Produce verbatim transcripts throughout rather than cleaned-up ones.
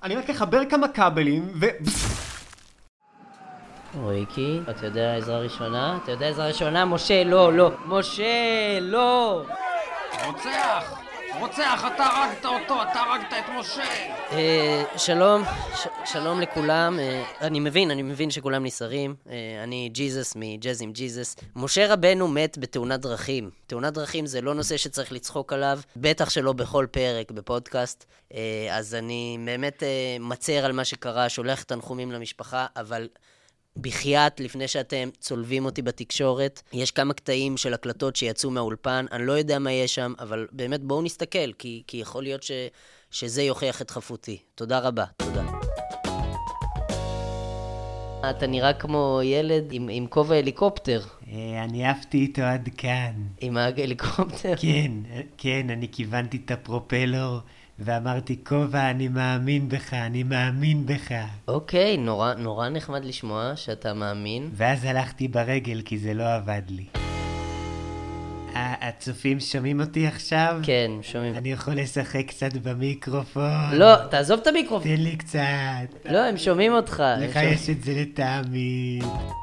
אני רק אחבר כמה כבלים ו... רויקי, אתה יודע עזרה ראשונה? אתה יודע עזרה ראשונה? משה, לא, לא. משה, לא! רוצח! רוצח, אתה הרגת אותו, אתה הרגת את משה! אה, שלום, ש- שלום לכולם. אה, אני מבין, אני מבין שכולם נסערים. אה, אני ג'יזוס מג'אז עם ג'יזוס. משה רבנו מת בתאונת דרכים. תאונת דרכים זה לא נושא שצריך לצחוק עליו, בטח שלא בכל פרק בפודקאסט. אה, אז אני באמת אה, מצר על מה שקרה, שולח תנחומים למשפחה, אבל... בחייאת, לפני שאתם צולבים אותי בתקשורת, יש כמה קטעים של הקלטות שיצאו מהאולפן, אני לא יודע מה יש שם, אבל באמת בואו נסתכל, כי, כי יכול להיות ש, שזה יוכיח את חפותי. תודה רבה, תודה. אתה נראה כמו ילד עם, עם כובע הליקופטר. אני עפתי איתו עד כאן. עם ההליקופטר? כן, כן, אני כיוונתי את הפרופלור ואמרתי, כובע, אני מאמין בך, אני מאמין בך. אוקיי, נורא, נורא נחמד לשמוע שאתה מאמין. ואז הלכתי ברגל כי זה לא עבד לי. הצופים שומעים אותי עכשיו? כן, שומעים. אני יכול לשחק קצת במיקרופון? לא, תעזוב את המיקרופון. תן לי קצת. לא, הם שומעים אותך. לך יש את זה לטעמי.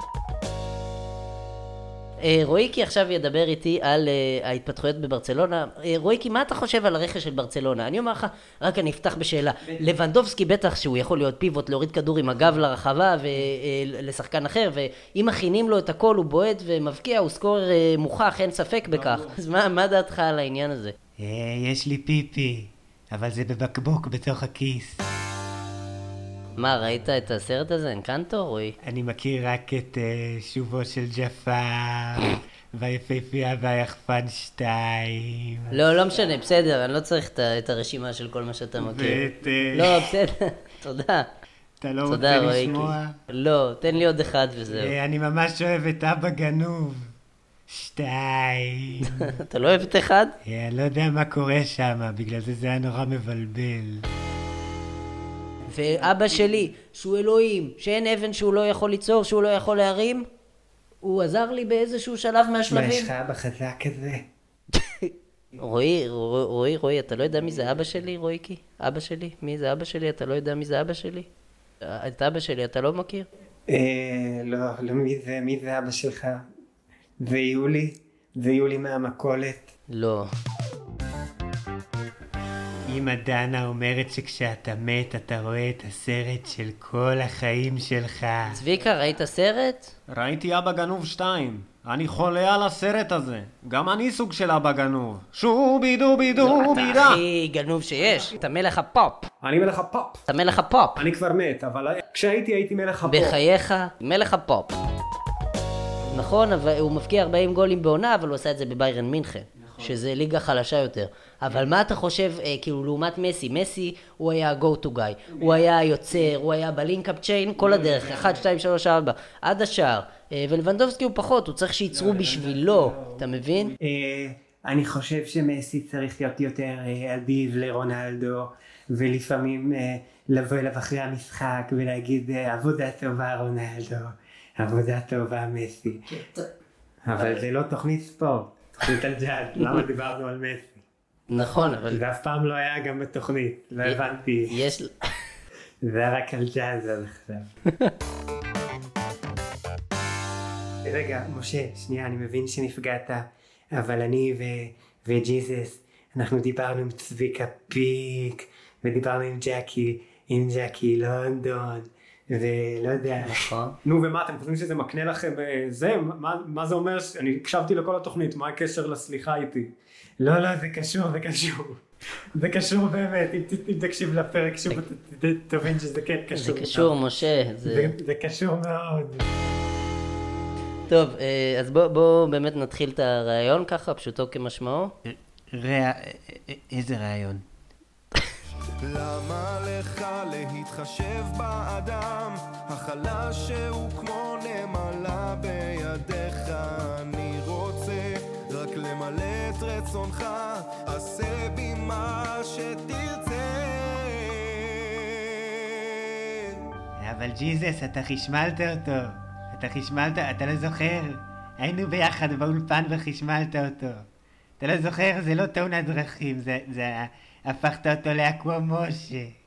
רויקי עכשיו ידבר איתי על uh, ההתפתחויות בברצלונה. uh, רויקי, מה אתה חושב על הרכש של ברצלונה? אני אומר לך, רק אני אפתח בשאלה. לבנדובסקי בטח שהוא יכול להיות פיבוט, להוריד כדור עם הגב לרחבה ולשחקן אחר, ואם מכינים לו את הכל הוא בועט ומבקיע, הוא סקור uh, מוכח, אין ספק בכך. אז מה, מה דעתך על העניין הזה? Uh, יש לי פיפי, אבל זה בבקבוק בתוך הכיס. מה, ראית את הסרט הזה, אנקנטו, רועי? אני מכיר רק את uh, שובו של ג'פר, והיפהפייה והיחפן שתיים. לא, לא משנה, בסדר, אני לא צריך את, את הרשימה של כל מה שאתה מכיר. ואת... Uh... לא, בסדר, תודה. אתה לא תודה, רוצה רועי, לשמוע? כי... לא, תן לי עוד אחד וזהו. Uh, אני ממש אוהב את אבא גנוב. שתיים. אתה לא אוהב את אחד? Uh, אני לא יודע מה קורה שם, בגלל זה זה היה נורא מבלבל. ואבא שלי, שהוא אלוהים, שאין אבן שהוא לא יכול ליצור, שהוא לא יכול להרים, הוא עזר לי באיזשהו שלב מהשלבים. מה, יש לך אבא חזק כזה? רועי, רועי, רועי, אתה לא יודע מי זה אבא שלי, רויקי? אבא שלי? מי זה אבא שלי? אתה לא יודע מי זה אבא שלי? את אבא שלי אתה לא מכיר? אה, לא, לא מי זה, מי זה אבא שלך? זה יולי? זה יולי מהמכולת? לא. אמא דנה אומרת שכשאתה מת אתה רואה את הסרט של כל החיים שלך. צביקה, ראית סרט? ראיתי אבא גנוב שתיים. אני חולה על הסרט הזה. גם אני סוג של אבא גנוב. שובי דובי דובי דה. אתה הכי גנוב שיש. אתה מלך הפופ. אני מלך הפופ. אתה מלך הפופ. אני כבר מת, אבל כשהייתי הייתי מלך הפופ. בחייך, מלך הפופ. נכון, אבל הוא מפקיע ארבעים גולים בעונה, אבל הוא עשה את זה בביירן מינכן. שזה ליגה חלשה יותר. אבל מה אתה חושב, אה, כאילו, לעומת מסי? מסי הוא היה ה-go to guy. הוא היה היוצר, הוא היה בלינק-אפ צ'יין, כל הדרך, אחת, שתיים, שלוש, ארבע, עד השאר. אה, ולבנדובסקי הוא פחות, הוא צריך שייצרו בשבילו, אתה מבין? אני חושב שמסי צריך להיות יותר אדיב לרונלדו, ולפעמים לבוא אליו אחרי המשחק ולהגיד, עבודה טובה רונלדו, עבודה טובה מסי. אבל זה לא תוכנית ספורט. תוכנית על ג'אז, למה דיברנו על מסי? נכון, אבל... זה אף פעם לא היה גם בתוכנית, לא הבנתי. יש... זה היה רק על ג'אז עד עכשיו. רגע, משה, שנייה, אני מבין שנפגעת, אבל אני וג'יזוס, אנחנו דיברנו עם צביקה פיק, ודיברנו עם ג'קי, עם ג'קי לונדון, ולא יודע. נכון. נו, ומה, אתם חושבים שזה מקנה לכם זה? מה, מה זה אומר? אני הקשבתי לכל התוכנית, מה הקשר לסליחה איתי? לא, לא, זה קשור, זה קשור. זה קשור באמת, אם תקשיב לפרק שוב, תבין שזה כן קשור. זה קשור, משה. זה קשור מאוד. טוב, אז בואו באמת נתחיל את הרעיון ככה, פשוטו כמשמעו. איזה רעיון? למה לך להתחשב באדם החלש שהוא כמו נמלה בידיך? אני רוצה רק למלא את רצונך, עשה בי מה שתרצה. אבל ג'יזוס, אתה חשמלת אותו. אתה חשמלת, אתה לא זוכר? היינו ביחד באולפן וחשמלת אותו. אתה לא זוכר? זה לא תאונת דרכים, זה, זה, הפכת אותו לאקוואמושה.